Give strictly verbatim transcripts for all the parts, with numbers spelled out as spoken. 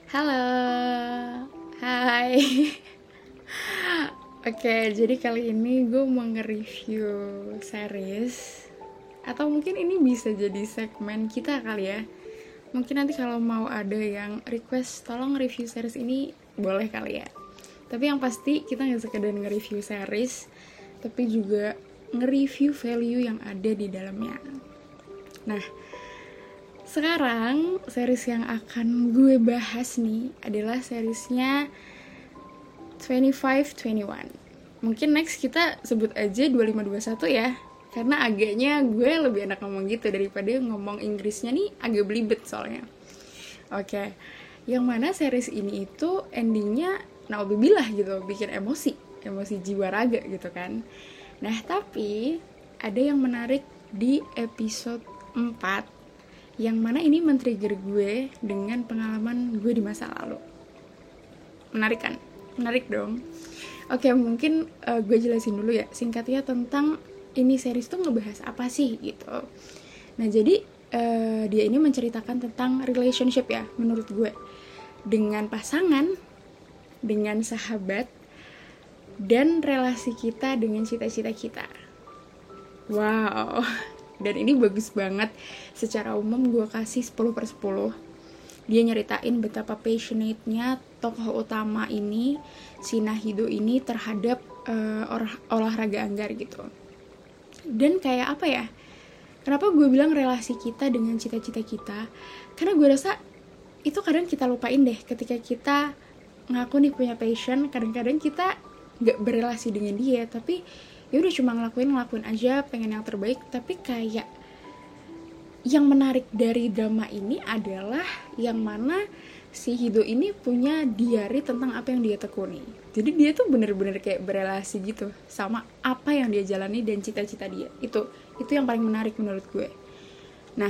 Halo, hai. Oke, jadi kali ini gue mau nge-review series. Atau mungkin ini bisa jadi segmen kita kali ya. Mungkin nanti kalau mau ada yang request tolong review series ini, boleh kali ya. Tapi yang pasti kita gak sekedar nge-review series, tapi juga nge-review value yang ada di dalamnya. Nah, sekarang series yang akan gue bahas nih adalah seriesnya twenty-five twenty-one. Mungkin next kita sebut aja dua lima dua satu ya, karena agaknya gue lebih enak ngomong gitu daripada ngomong Inggrisnya nih agak belibet soalnya. Oke, yang mana series ini itu endingnya naudzubillah gitu, bikin emosi, emosi jiwa raga gitu kan. Nah tapi ada yang menarik di episode empat, yang mana ini men-trigger gue dengan pengalaman gue di masa lalu. Menarik kan? Menarik dong. Oke, mungkin uh, gue jelasin dulu ya singkatnya tentang ini series tuh ngebahas apa sih gitu. Nah jadi uh, dia ini menceritakan tentang relationship ya menurut gue, dengan pasangan, dengan sahabat, dan relasi kita dengan cita-cita kita. Wow. Dan ini bagus banget. Secara umum gue kasih sepuluh per sepuluh. Dia nyeritain betapa passionate-nya tokoh utama ini, si Nahido ini, terhadap uh, olah- olahraga anggar gitu. Dan kayak apa ya, kenapa gue bilang relasi kita dengan cita-cita kita, karena gue rasa itu kadang kita lupain deh. Ketika kita ngaku nih punya passion, kadang-kadang kita gak berelasi dengan dia, tapi ya udah cuma ngelakuin ngelakuin aja, pengen yang terbaik. Tapi kayak yang menarik dari drama ini adalah yang mana si Hido ini punya diary tentang apa yang dia tekuni. Jadi dia tuh bener-bener kayak berelasi gitu sama apa yang dia jalani dan cita-cita dia. Itu itu yang paling menarik menurut gue. Nah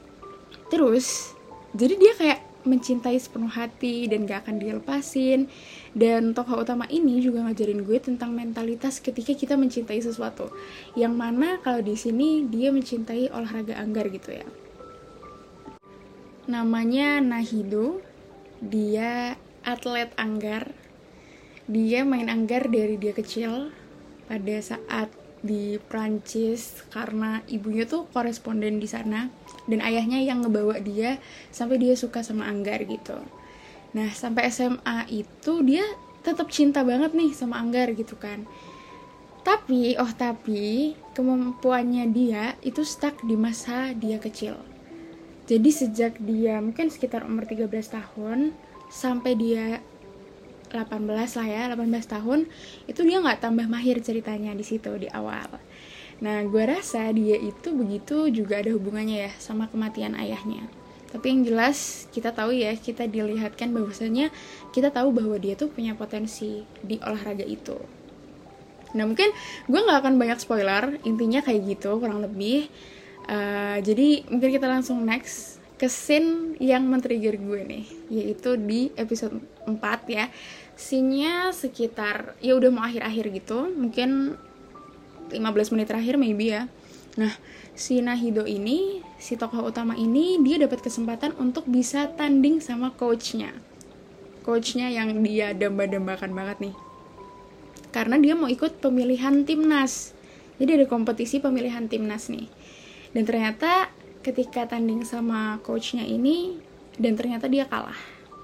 terus jadi dia kayak mencintai sepenuh hati dan gak akan dilepasin. Dan tokoh utama ini juga ngajarin gue tentang mentalitas ketika kita mencintai sesuatu, yang mana kalau di sini dia mencintai olahraga anggar gitu ya. Namanya Nahido, dia atlet anggar. Dia main anggar dari dia kecil. Pada saat di Prancis, karena ibunya tuh koresponden di sana dan ayahnya yang ngebawa dia sampai dia suka sama anggar gitu. Nah sampai S M A itu dia tetap cinta banget nih sama anggar gitu kan. Tapi oh tapi kemampuannya dia itu stuck di masa dia kecil. Jadi sejak dia mungkin sekitar umur tiga belas tahun sampai dia delapan belas lah ya, delapan belas tahun, itu dia nggak tambah mahir ceritanya di situ di awal. Nah, gue rasa dia itu begitu juga ada hubungannya ya sama kematian ayahnya. Tapi yang jelas kita tahu ya, kita dilihatkan bahwasanya kita tahu bahwa dia tuh punya potensi di olahraga itu. Nah, mungkin gue nggak akan banyak spoiler, intinya kayak gitu kurang lebih. Uh, jadi mungkin kita langsung next ke scene yang men-trigger gue nih, yaitu di episode empat ya. Scene-nya sekitar ya udah mau akhir-akhir gitu, mungkin lima belas menit terakhir maybe ya. Nah, si Nahido ini, si tokoh utama ini, dia dapat kesempatan untuk bisa tanding sama coachnya. Coachnya yang dia damba-dambakan banget nih. Karena dia mau ikut pemilihan timnas. Jadi ada kompetisi pemilihan timnas nih. Dan ternyata ketika tanding sama coachnya ini, dan ternyata dia kalah.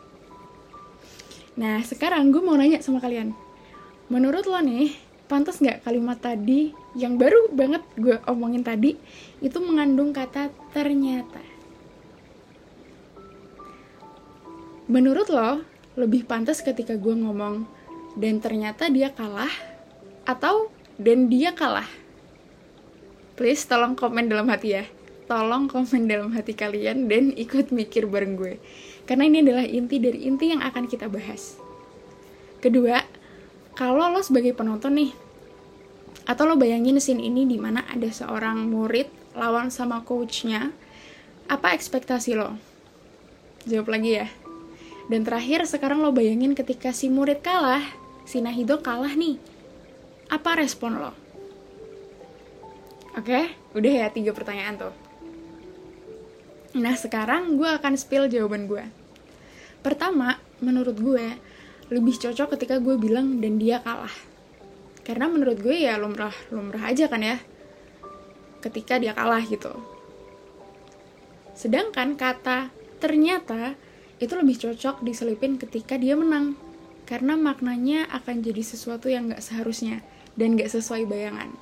Nah sekarang gue mau nanya sama kalian, menurut lo nih, pantas gak kalimat tadi yang baru banget gue omongin tadi itu mengandung kata ternyata? Menurut lo lebih pantas ketika gue ngomong dan ternyata dia kalah, atau dan dia kalah? Please tolong komen dalam hati ya. Tolong komen dalam hati kalian dan ikut mikir bareng gue. Karena ini adalah inti dari inti yang akan kita bahas. Kedua, kalau lo sebagai penonton nih, atau lo bayangin scene ini di mana ada seorang murid lawan sama coachnya, apa ekspektasi lo? Jawab lagi ya. Dan terakhir, sekarang lo bayangin ketika si murid kalah, si Nahido kalah nih, apa respon lo? Oke, udah ya tiga pertanyaan tuh. Nah sekarang gue akan spill jawaban gue. Pertama, menurut gue lebih cocok ketika gue bilang dan dia kalah. Karena menurut gue ya lumrah lumrah aja kan ya ketika dia kalah gitu. Sedangkan kata ternyata itu lebih cocok diselipin ketika dia menang, karena maknanya akan jadi sesuatu yang gak seharusnya dan gak sesuai bayangan.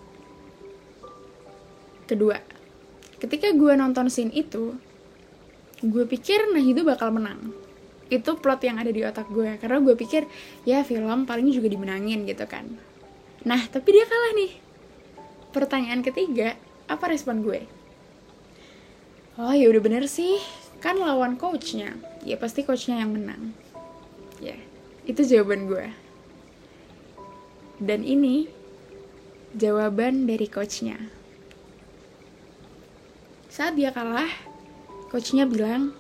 Kedua, ketika gue nonton scene itu, gue pikir Nahida bakal menang. Itu plot yang ada di otak gue, karena gue pikir ya film paling juga dimenangin gitu kan. Nah, tapi dia kalah nih. Pertanyaan ketiga, apa respon gue? Oh ya udah bener sih, kan lawan coachnya, ya pasti coachnya yang menang. Ya, itu jawaban gue. Dan ini jawaban dari coachnya. Saat dia kalah, coachnya bilang,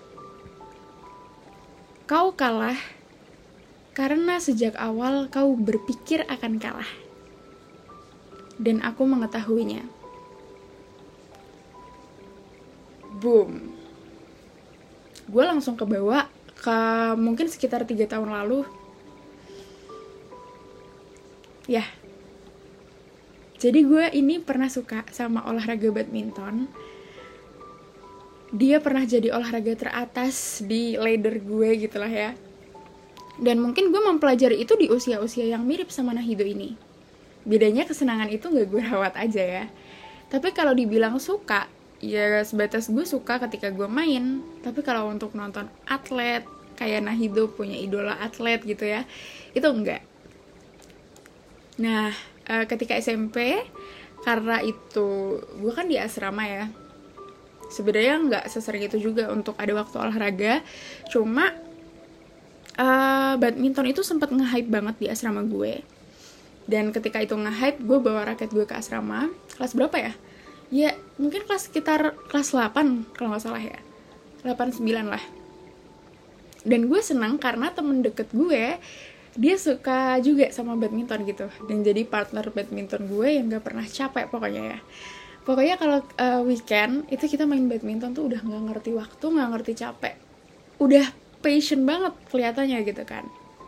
kau kalah karena sejak awal kau berpikir akan kalah. Dan aku mengetahuinya. Boom. Gue langsung kebawa ke mungkin sekitar tiga tahun lalu. Ya. Jadi gue ini pernah suka sama olahraga badminton. Dia pernah jadi olahraga teratas di ladder gue gitulah ya. Dan mungkin gue mempelajari itu di usia-usia yang mirip sama Nahida ini. Bedanya kesenangan itu gak gue rawat aja ya. Tapi kalau dibilang suka, ya sebatas gue suka ketika gue main. Tapi kalau untuk nonton atlet, kayak Nahida punya idola atlet gitu ya, itu enggak. Nah, ketika S M P, karena itu gue kan di asrama ya, sebenarnya nggak sesering itu juga untuk ada waktu olahraga. Cuma uh, badminton itu sempat nge-hype banget di asrama gue. Dan ketika itu nge-hype, gue bawa raket gue ke asrama. Kelas berapa ya? Ya mungkin kelas sekitar kelas delapan kalau nggak salah ya, delapan sembilan lah. Dan gue senang karena temen deket gue, dia suka juga sama badminton gitu. Dan jadi partner badminton gue yang gak pernah capek pokoknya ya. Pokoknya kalau uh, weekend itu kita main badminton tuh udah nggak ngerti waktu, nggak ngerti capek, udah passion banget kelihatannya gitu kan.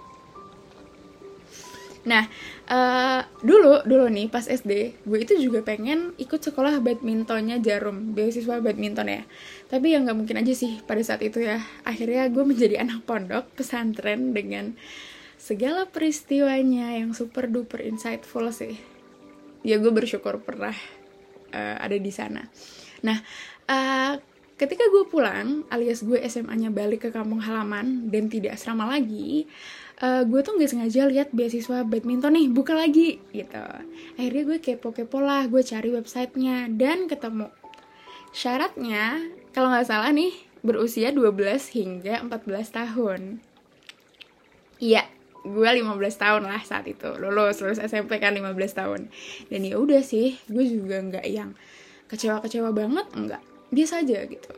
Nah, uh, dulu dulu nih pas S D, gue itu juga pengen ikut sekolah badmintonnya Jarum, beasiswa badminton ya. Tapi ya nggak mungkin aja sih pada saat itu ya. Akhirnya gue menjadi anak pondok pesantren dengan segala peristiwanya yang super duper insightful sih. Ya gue bersyukur pernah Uh, ada di sana. Nah, uh, ketika gue pulang, alias gue S M A-nya balik ke kampung halaman dan tidak asrama lagi, uh, gue tuh nggak sengaja lihat beasiswa badminton nih buka lagi gitu. Akhirnya gue kepo-kepo lah, gue cari websitenya dan ketemu. Syaratnya, kalau nggak salah nih, berusia dua belas hingga empat belas tahun. Iya. Gue lima belas tahun lah saat itu, lulus lulus S M P kan lima belas tahun. Dan ya udah sih, gue juga nggak yang kecewa-kecewa banget, enggak, biasa aja gitu.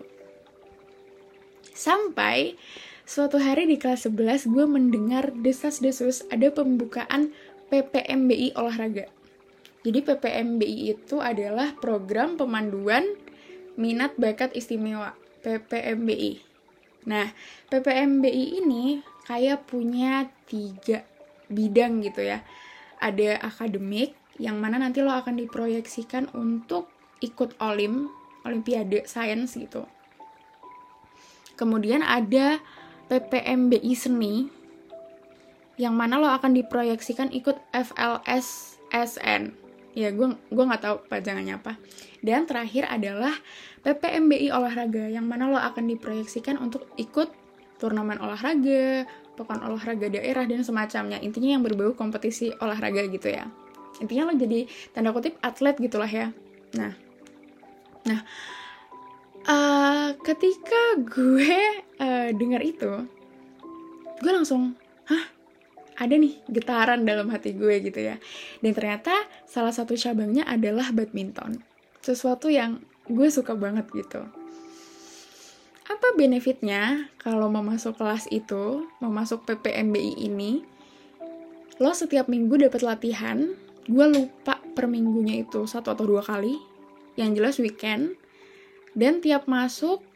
Sampai suatu hari di kelas sebelas gue mendengar desas-desus ada pembukaan P P M B I olahraga. Jadi P P M B I itu adalah program pemanduan minat bakat istimewa, P P M B I. Nah, P P M B I ini kayak punya tiga bidang gitu ya. Ada akademik, yang mana nanti lo akan diproyeksikan untuk ikut olim, olimpiade sains gitu. Kemudian ada P P M B I seni, yang mana lo akan diproyeksikan ikut F L S S N. Ya, gue gue nggak tahu pajangannya apa. Dan terakhir adalah P P M B I olahraga, yang mana lo akan diproyeksikan untuk ikut turnamen olahraga, pekan olahraga daerah, dan semacamnya. Intinya yang berbau kompetisi olahraga gitu ya. Intinya lo jadi tanda kutip atlet gitulah ya. Nah, nah uh, ketika gue uh, dengar itu, gue langsung, hah? Ada nih getaran dalam hati gue gitu ya. Dan ternyata salah satu cabangnya adalah badminton. Sesuatu yang gue suka banget gitu. Apa benefitnya kalau mau masuk kelas itu, mau masuk P P M B I ini? Lo setiap minggu dapat latihan. Gue lupa per minggunya itu satu atau dua kali. Yang jelas weekend. Dan tiap masuk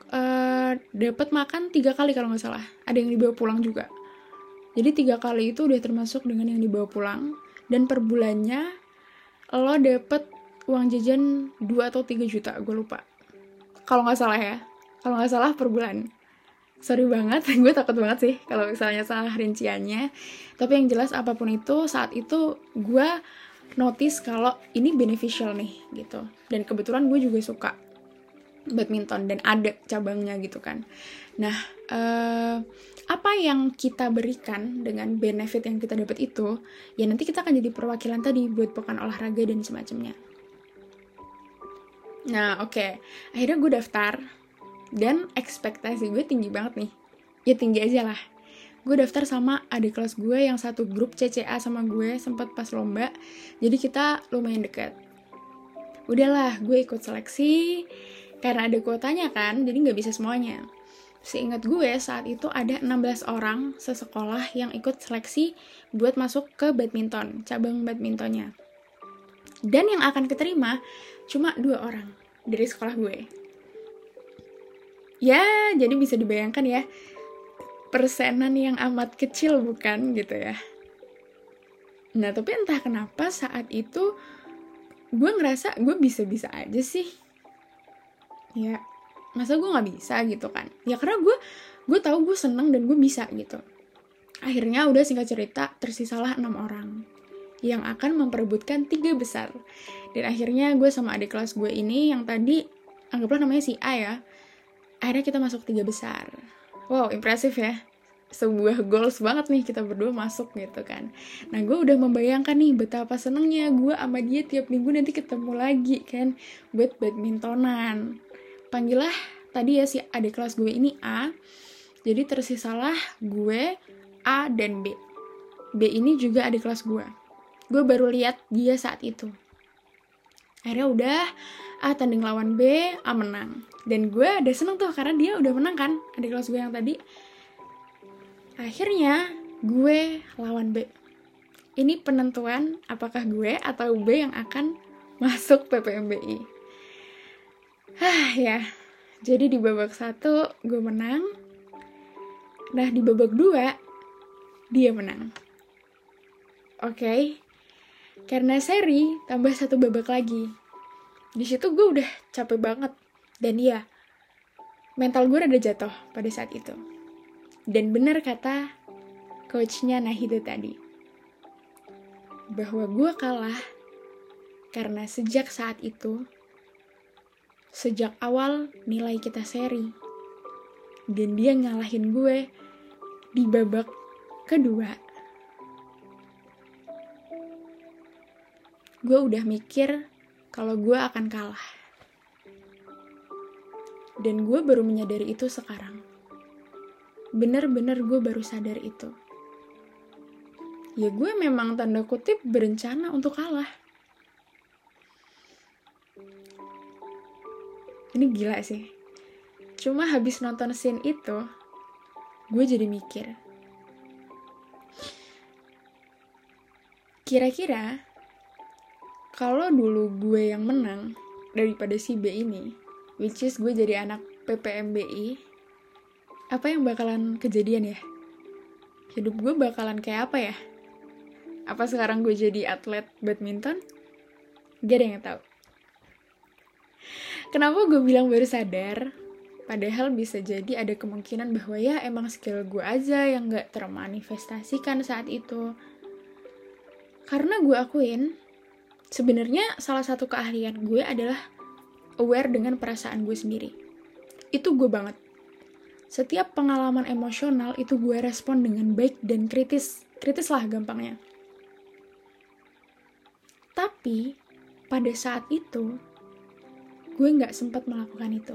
uh, dapat makan tiga kali kalau nggak salah, ada yang dibawa pulang juga. Jadi tiga kali itu udah termasuk dengan yang dibawa pulang, dan per bulannya lo dapet uang jajan dua atau tiga juta, gue lupa kalau nggak salah ya, kalau nggak salah per bulan. Sorry banget, gue takut banget sih kalau misalnya salah rinciannya. Tapi yang jelas apapun itu, saat itu gue notice kalau ini beneficial nih gitu. Dan kebetulan gue juga suka badminton dan ada cabangnya gitu kan. Nah, eh, apa yang kita berikan dengan benefit yang kita dapat itu, ya nanti kita akan jadi perwakilan tadi buat pekan olahraga dan semacamnya. Nah, oke. Okay. Akhirnya gue daftar. Dan ekspektasi gue tinggi banget nih. Ya tinggi aja lah. Gue daftar sama adik kelas gue yang satu grup C C A sama gue, sempat pas lomba. Jadi kita lumayan dekat. Udahlah, gue ikut seleksi. Karena ada kuotanya kan, jadi gak bisa semuanya. Seingat gue saat itu ada enam belas orang sesekolah yang ikut seleksi buat masuk ke badminton, cabang badmintonnya. Dan yang akan keterima cuma dua orang dari sekolah gue. Ya, jadi bisa dibayangkan ya, persenan yang amat kecil bukan gitu ya. Nah, tapi entah kenapa saat itu gue ngerasa gue bisa-bisa aja sih. Ya, masa gue gak bisa gitu kan. Ya karena gue gue tahu gue seneng dan gue bisa gitu. Akhirnya udah singkat cerita, tersisalah enam orang yang akan memperebutkan tiga besar. Dan akhirnya gue sama adik kelas gue ini yang tadi anggaplah namanya si A ya, akhirnya kita masuk tiga besar. Wow, impresif ya. Sebuah goals banget nih kita berdua masuk gitu kan. Nah, gue udah membayangkan nih betapa senengnya gue sama dia tiap minggu nanti ketemu lagi kan buat badmintonan. Panggillah tadi ya si adik kelas gue ini A. Jadi tersisalah gue, A, dan B. B ini juga adik kelas gue. Gue baru lihat dia saat itu. Akhirnya udah, A tanding lawan B, A menang. Dan gue udah seneng tuh karena dia udah menang kan, adik kelas gue yang tadi. Akhirnya gue lawan B. Ini penentuan apakah gue atau B yang akan masuk P P M B I. Hah ya, jadi di babak satu gue menang. Nah di babak dua dia menang. Oke, okay. Karena seri tambah satu babak lagi. Di situ gue udah capek banget. Dan iya, mental gue rada jatuh pada saat itu. Dan benar kata coachnya Nahido tadi, bahwa gue kalah karena sejak saat itu, sejak awal nilai kita seri, dan dia ngalahin gue di babak kedua. Gue udah mikir kalau gue akan kalah. Dan gue baru menyadari itu sekarang. Bener-bener gue baru sadar itu. Ya gue memang tanda kutip berencana untuk kalah. Ini gila sih. Cuma habis nonton scene itu, gue jadi mikir. Kira-kira, kalau dulu gue yang menang daripada si B ini, which is gue jadi anak P P M B I, apa yang bakalan kejadian ya? Hidup gue bakalan kayak apa ya? Apa sekarang gue jadi atlet badminton? Gak ada yang tahu. Kenapa gue bilang baru sadar? Padahal bisa jadi ada kemungkinan bahwa ya emang skill gue aja yang gak termanifestasikan saat itu. Karena gue akuin, sebenarnya salah satu keahlian gue adalah aware dengan perasaan gue sendiri. Itu gue banget. Setiap pengalaman emosional itu gue respon dengan baik dan kritis. Kritis lah gampangnya. Tapi, pada saat itu, gue gak sempat melakukan itu.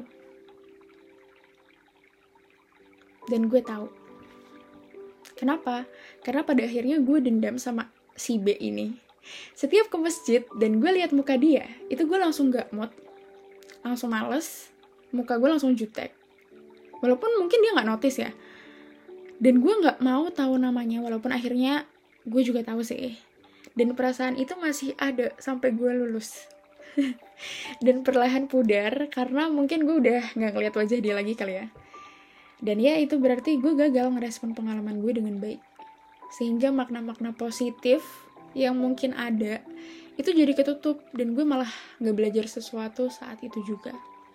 Dan gue tahu. Kenapa? Karena pada akhirnya gue dendam sama si B ini. Setiap ke masjid dan gue lihat muka dia, itu gue langsung gak mood. Langsung males. Muka gue langsung jutek. Walaupun mungkin dia gak notice ya. Dan gue gak mau tahu namanya, walaupun akhirnya gue juga tahu sih. Dan perasaan itu masih ada sampai gue lulus. dan perlahan pudar karena mungkin gue udah gak ngeliat wajah dia lagi kali ya. Dan ya itu berarti gue gagal ngerespon pengalaman gue dengan baik, sehingga makna-makna positif yang mungkin ada itu jadi ketutup, dan gue malah gak belajar sesuatu saat itu juga.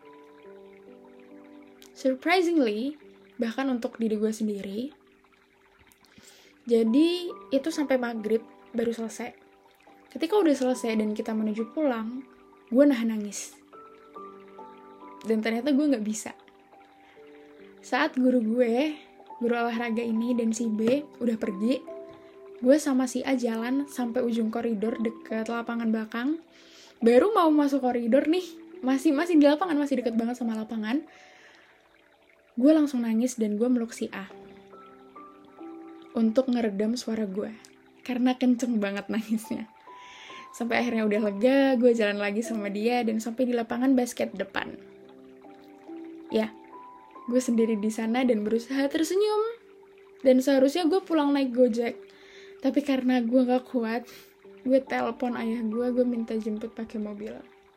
Surprisingly, bahkan untuk diri gue sendiri, jadi itu sampai maghrib baru selesai. Ketika udah selesai dan kita menuju pulang, gue nahan nangis. Dan ternyata gue gak bisa. Saat guru gue, guru olahraga ini dan si B udah pergi, gue sama si A jalan sampai ujung koridor dekat lapangan belakang. Baru mau masuk koridor nih, masih masih di lapangan, masih deket banget sama lapangan. Gue langsung nangis dan gue meluk si A untuk ngeredam suara gue, karena kenceng banget nangisnya. Sampai akhirnya udah lega, gue jalan lagi sama dia dan sampai di lapangan basket depan. Ya, gue sendiri di sana dan berusaha tersenyum. Dan seharusnya gue pulang naik Gojek, tapi karena gue gak kuat, gue telepon ayah gue, gue minta jemput pakai mobil.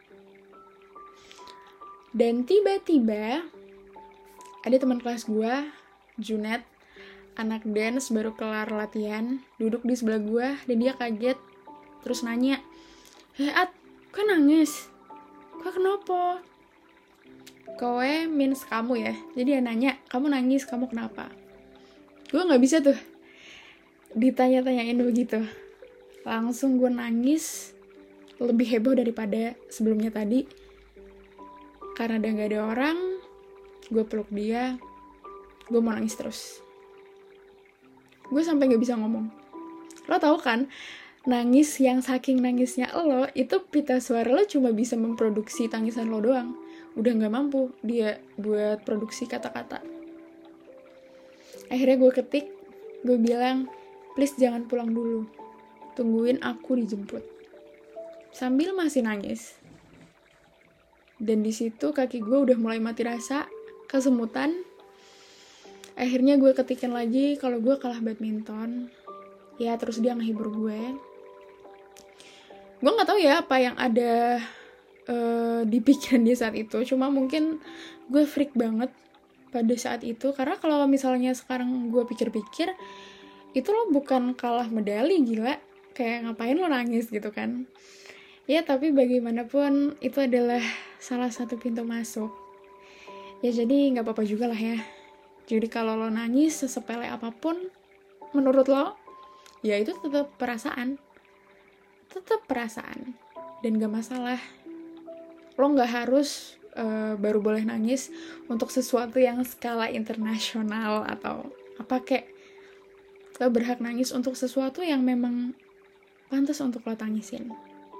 Dan tiba-tiba ada teman kelas gue, Junet, anak dance baru kelar latihan, duduk di sebelah gue dan dia kaget, terus nanya, "Hei At, kok nangis? Kok kenapa?" Kowe means kamu ya, jadi dia nanya, "Kamu nangis, kamu kenapa?" Gue gak bisa tuh ditanya-tanyain begitu. Langsung gue nangis lebih heboh daripada sebelumnya tadi. Karena udah gak ada orang, gue peluk dia, gue mau nangis terus. Gue sampai gak bisa ngomong. Lo tau kan, nangis yang saking nangisnya lo, itu pita suara lo cuma bisa memproduksi tangisan lo doang. Udah gak mampu dia buat produksi kata-kata. Akhirnya gue ketik, gue bilang, "Please jangan pulang dulu, tungguin aku dijemput." Sambil masih nangis. Dan di situ kaki gue udah mulai mati rasa, kesemutan. Akhirnya gue ketikin lagi kalau gue kalah badminton. Ya terus dia ngehibur gue. Gue nggak tahu ya apa yang ada uh, di pikiran dia saat itu. Cuma mungkin gue freak banget pada saat itu, karena kalau misalnya sekarang gue pikir-pikir, itu lo bukan kalah medali, gila, kayak ngapain lo nangis gitu kan. Ya tapi bagaimanapun itu adalah salah satu pintu masuk ya, jadi gak apa-apa juga lah ya. Jadi kalau lo nangis sesepele apapun menurut lo, ya itu tetap perasaan, tetap perasaan, dan gak masalah. Lo gak harus Uh, baru boleh nangis untuk sesuatu yang skala internasional atau apa kek. Lo berhak nangis untuk sesuatu yang memang pantas untuk lo tangisin.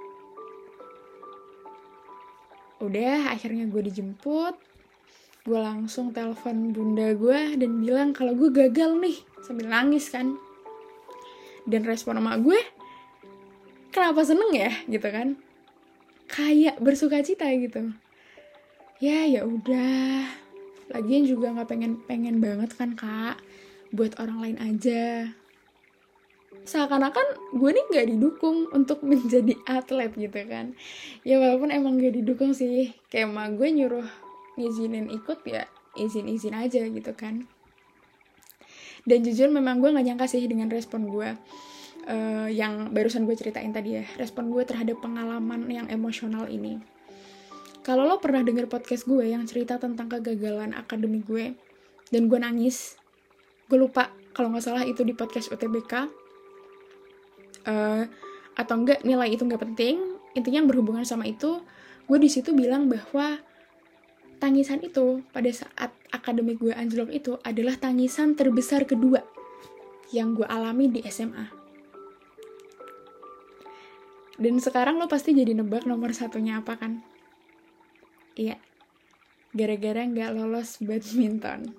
Udah, akhirnya gue dijemput. Gue langsung telepon bunda gue dan bilang kalau gue gagal nih, sambil nangis kan. Dan respon emak gue, "Kenapa seneng ya?" gitu kan. Kayak bersukacita gitu. Ya ya udah, lagian juga nggak pengen pengen banget kan kak, buat orang lain aja. Seakan-akan gue nih nggak didukung untuk menjadi atlet gitu kan. Ya walaupun emang nggak didukung sih, kayak emak gue nyuruh ngizinin ikut ya izin-izin aja gitu kan. Dan jujur memang gue nggak nyangka sih dengan respon gue uh, yang barusan gue ceritain tadi ya, respon gue terhadap pengalaman yang emosional ini. Kalau lo pernah denger podcast gue yang cerita tentang kegagalan akademik gue, dan gue nangis, gue lupa kalau nggak salah itu di podcast U T B K, uh, atau enggak nilai itu nggak penting, intinya yang berhubungan sama itu, gue di situ bilang bahwa tangisan itu pada saat akademik gue anjlok itu adalah tangisan terbesar kedua yang gue alami di S M A. Dan sekarang lo pasti jadi nebak nomor satunya apa kan? Iya, gara-gara gak lolos badminton.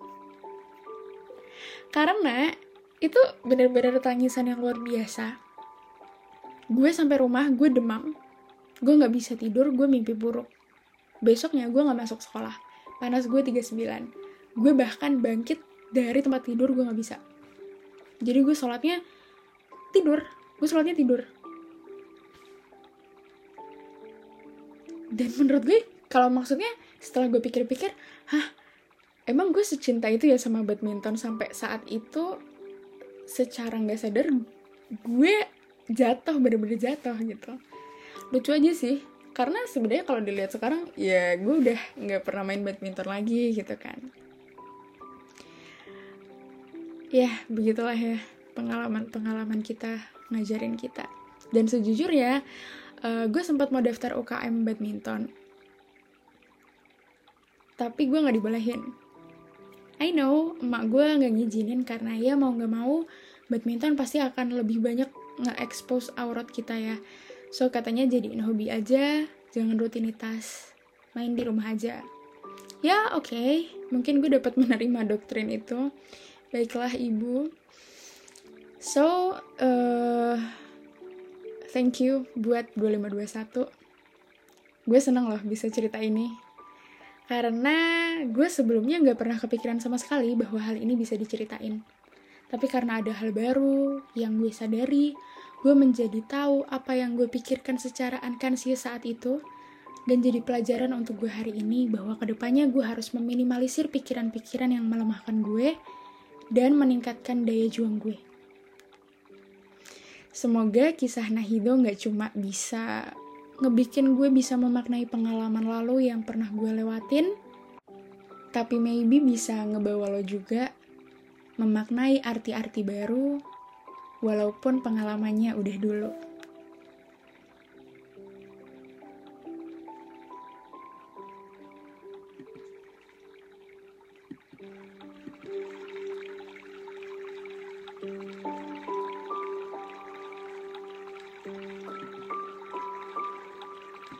Karena itu benar-benar tangisan yang luar biasa. Gue sampai rumah, gue demam. Gue gak bisa tidur, gue mimpi buruk. Besoknya gue gak masuk sekolah. Panas gue tiga puluh sembilan. Gue bahkan bangkit dari tempat tidur, gue gak bisa. Jadi gue sholatnya tidur. Gue sholatnya tidur. Dan menurut gue, kalau maksudnya setelah gue pikir-pikir, hah, emang gue secinta itu ya sama badminton sampai saat itu secara nggak sadar gue jatuh, bener-bener jatuh gitu. Lucu aja sih, karena sebenarnya kalau dilihat sekarang ya gue udah nggak pernah main badminton lagi gitu kan. Ya begitulah ya pengalaman-pengalaman kita ngajarin kita. Dan sejujurnya uh, gue sempat mau daftar U K M badminton, tapi gue nggak dibolehin. I know emak gue nggak ngizinin karena ya mau nggak mau badminton pasti akan lebih banyak nge-expose aurat kita ya. So katanya jadiin hobi aja, jangan rutinitas, main di rumah aja. Ya oke, okay. Mungkin gue dapat menerima doktrin itu. Baiklah ibu. So uh, thank you buat dua lima dua satu. Gue seneng loh bisa cerita ini, karena gue sebelumnya gak pernah kepikiran sama sekali bahwa hal ini bisa diceritain. Tapi karena ada hal baru yang gue sadari, gue menjadi tahu apa yang gue pikirkan secara unconscious saat itu, dan jadi pelajaran untuk gue hari ini bahwa kedepannya gue harus meminimalisir pikiran-pikiran yang melemahkan gue dan meningkatkan daya juang gue. Semoga kisah Nahido gak cuma bisa ngebikin gue bisa memaknai pengalaman lalu yang pernah gue lewatin, tapi maybe bisa ngebawa lo juga memaknai arti-arti baru walaupun pengalamannya udah dulu.